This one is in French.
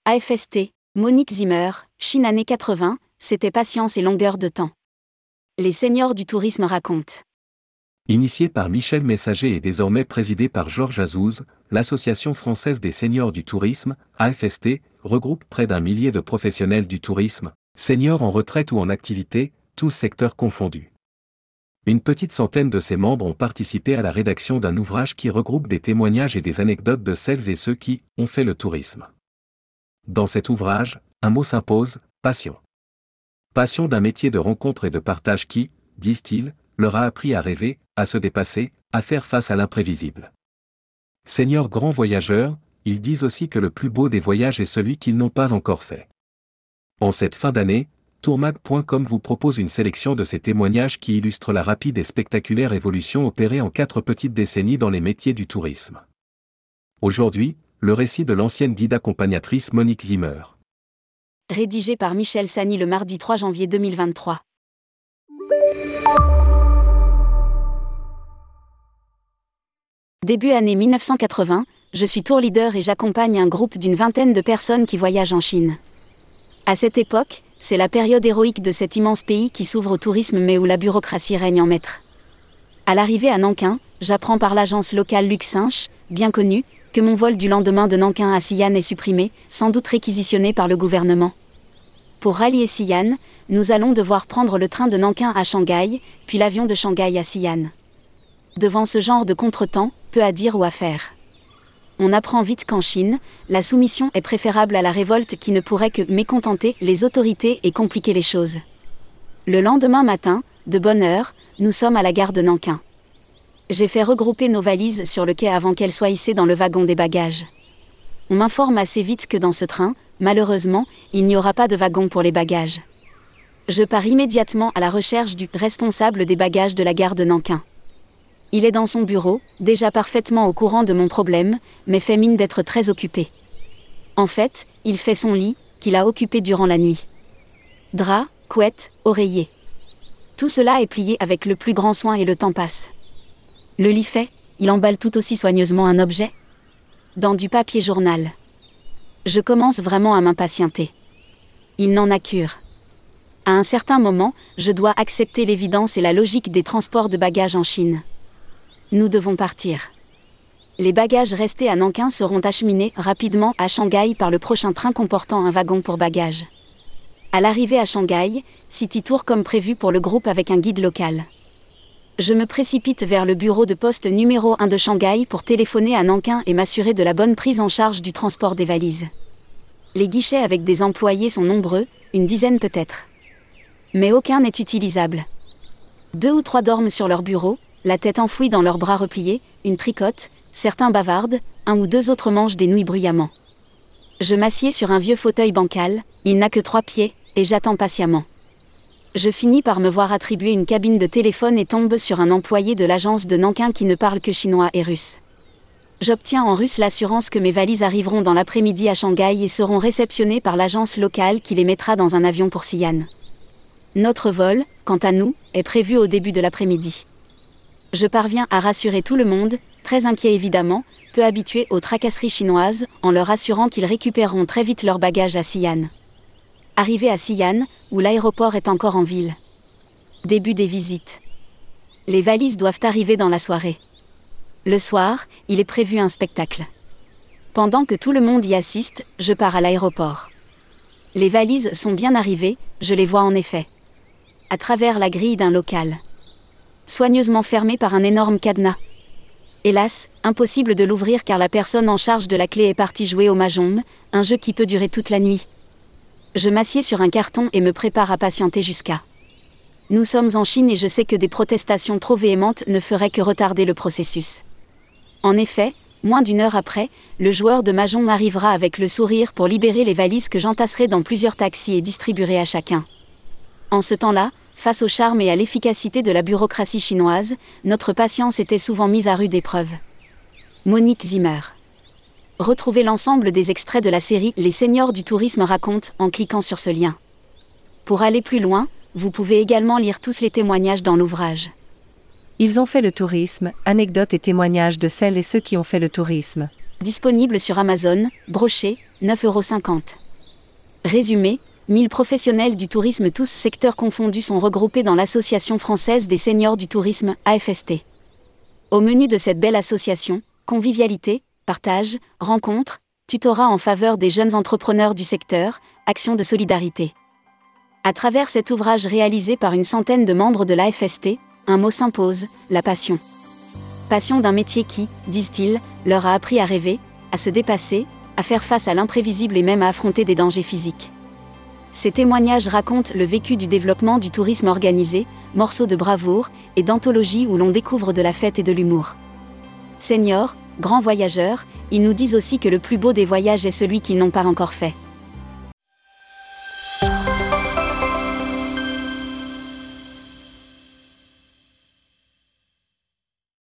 AFST, Monique Zimmer, Chine années 80, c'était patience et longueur de temps. Les seniors du tourisme racontent. Initiée par Michel Messager et désormais présidée par Georges Azouz, l'Association française des seniors du tourisme, AFST, regroupe près d'1 millier de professionnels du tourisme, seniors en retraite ou en activité, tous secteurs confondus. Une petite centaine de ses membres ont participé à la rédaction d'un ouvrage qui regroupe des témoignages et des anecdotes de celles et ceux qui ont fait le tourisme. Dans cet ouvrage, un mot s'impose, passion. Passion d'un métier de rencontre et de partage qui, disent-ils, leur a appris à rêver, à se dépasser, à faire face à l'imprévisible. Seniors grands voyageurs, ils disent aussi que le plus beau des voyages est celui qu'ils n'ont pas encore fait. En cette fin d'année, tourmag.com vous propose une sélection de ces témoignages qui illustrent la rapide et spectaculaire évolution opérée en 4 petites décennies dans les métiers du tourisme. Aujourd'hui, le récit de l'ancienne guide accompagnatrice Monique Zimmer. Rédigé par Michel Sani le mardi 3 janvier 2023. Début année 1980, je suis tour leader et j'accompagne un groupe d'une vingtaine de personnes qui voyagent en Chine. À cette époque, c'est la période héroïque de cet immense pays qui s'ouvre au tourisme mais où la bureaucratie règne en maître. À l'arrivée à Nankin, j'apprends par l'agence locale Luxinch, bien connue, que mon vol du lendemain de Nankin à Xi'an est supprimé, sans doute réquisitionné par le gouvernement. Pour rallier Xi'an, nous allons devoir prendre le train de Nankin à Shanghai, puis l'avion de Shanghai à Xi'an. Devant ce genre de contretemps, peu à dire ou à faire. On apprend vite qu'en Chine, la soumission est préférable à la révolte qui ne pourrait que mécontenter les autorités et compliquer les choses. Le lendemain matin, de bonne heure, nous sommes à la gare de Nankin. J'ai fait regrouper nos valises sur le quai avant qu'elles soient hissées dans le wagon des bagages. On m'informe assez vite que dans ce train, malheureusement, il n'y aura pas de wagon pour les bagages. Je pars immédiatement à la recherche du responsable des bagages de la gare de Nankin. Il est dans son bureau, déjà parfaitement au courant de mon problème, mais fait mine d'être très occupé. En fait, il fait son lit, qu'il a occupé durant la nuit. Drap, couette, oreiller. Tout cela est plié avec le plus grand soin et le temps passe. Le lit fait, il emballe tout aussi soigneusement un objet. Dans du papier journal. Je commence vraiment à m'impatienter. Il n'en a cure. À un certain moment, je dois accepter l'évidence et la logique des transports de bagages en Chine. Nous devons partir. Les bagages restés à Nankin seront acheminés rapidement à Shanghai par le prochain train comportant un wagon pour bagages. À l'arrivée à Shanghai, City Tour comme prévu pour le groupe avec un guide local. Je me précipite vers le bureau de poste numéro 1 de Shanghai pour téléphoner à Nankin et m'assurer de la bonne prise en charge du transport des valises. Les guichets avec des employés sont nombreux, une dizaine peut-être. Mais aucun n'est utilisable. 2 ou 3 dorment sur leur bureau, la tête enfouie dans leurs bras repliés, une tricote, certains bavardent, 1 ou 2 autres mangent des nouilles bruyamment. Je m'assieds sur un vieux fauteuil bancal, il n'a que 3 pieds, et j'attends patiemment. Je finis par me voir attribuer une cabine de téléphone et tombe sur un employé de l'agence de Nankin qui ne parle que chinois et russe. J'obtiens en russe l'assurance que mes valises arriveront dans l'après-midi à Shanghai et seront réceptionnées par l'agence locale qui les mettra dans un avion pour Xi'an. Notre vol, quant à nous, est prévu au début de l'après-midi. Je parviens à rassurer tout le monde, très inquiet évidemment, peu habitué aux tracasseries chinoises, en leur assurant qu'ils récupéreront très vite leurs bagages à Xi'an. Arrivé à Xi'an, où l'aéroport est encore en ville. Début des visites. Les valises doivent arriver dans la soirée. Le soir, il est prévu un spectacle. Pendant que tout le monde y assiste, je pars à l'aéroport. Les valises sont bien arrivées, je les vois en effet. À travers la grille d'un local. Soigneusement fermée par un énorme cadenas. Hélas, impossible de l'ouvrir car la personne en charge de la clé est partie jouer au mahjong, un jeu qui peut durer toute la nuit. Je m'assieds sur un carton et me prépare à patienter jusqu'à. Nous sommes en Chine et je sais que des protestations trop véhémentes ne feraient que retarder le processus. En effet, moins d'1 heure après, le joueur de mahjong arrivera avec le sourire pour libérer les valises que j'entasserai dans plusieurs taxis et distribuerai à chacun. En ce temps-là, face au charme et à l'efficacité de la bureaucratie chinoise, notre patience était souvent mise à rude épreuve. Monique Zimmer. Retrouvez l'ensemble des extraits de la série Les seniors du tourisme racontent en cliquant sur ce lien. Pour aller plus loin, vous pouvez également lire tous les témoignages dans l'ouvrage. Ils ont fait le tourisme, anecdotes et témoignages de celles et ceux qui ont fait le tourisme. Disponible sur Amazon, broché, 9,50 €. Résumé, 1000 professionnels du tourisme tous secteurs confondus sont regroupés dans l'Association française des seniors du tourisme, AFST. Au menu de cette belle association, convivialité, partage, rencontres, tutorat en faveur des jeunes entrepreneurs du secteur, actions de solidarité. À travers cet ouvrage réalisé par une centaine de membres de l'AFST, un mot s'impose, la passion. Passion d'un métier qui, disent-ils, leur a appris à rêver, à se dépasser, à faire face à l'imprévisible et même à affronter des dangers physiques. Ces témoignages racontent le vécu du développement du tourisme organisé, morceaux de bravoure et d'anthologie où l'on découvre de la fête et de l'humour. Seniors, grands voyageurs, ils nous disent aussi que le plus beau des voyages est celui qu'ils n'ont pas encore fait.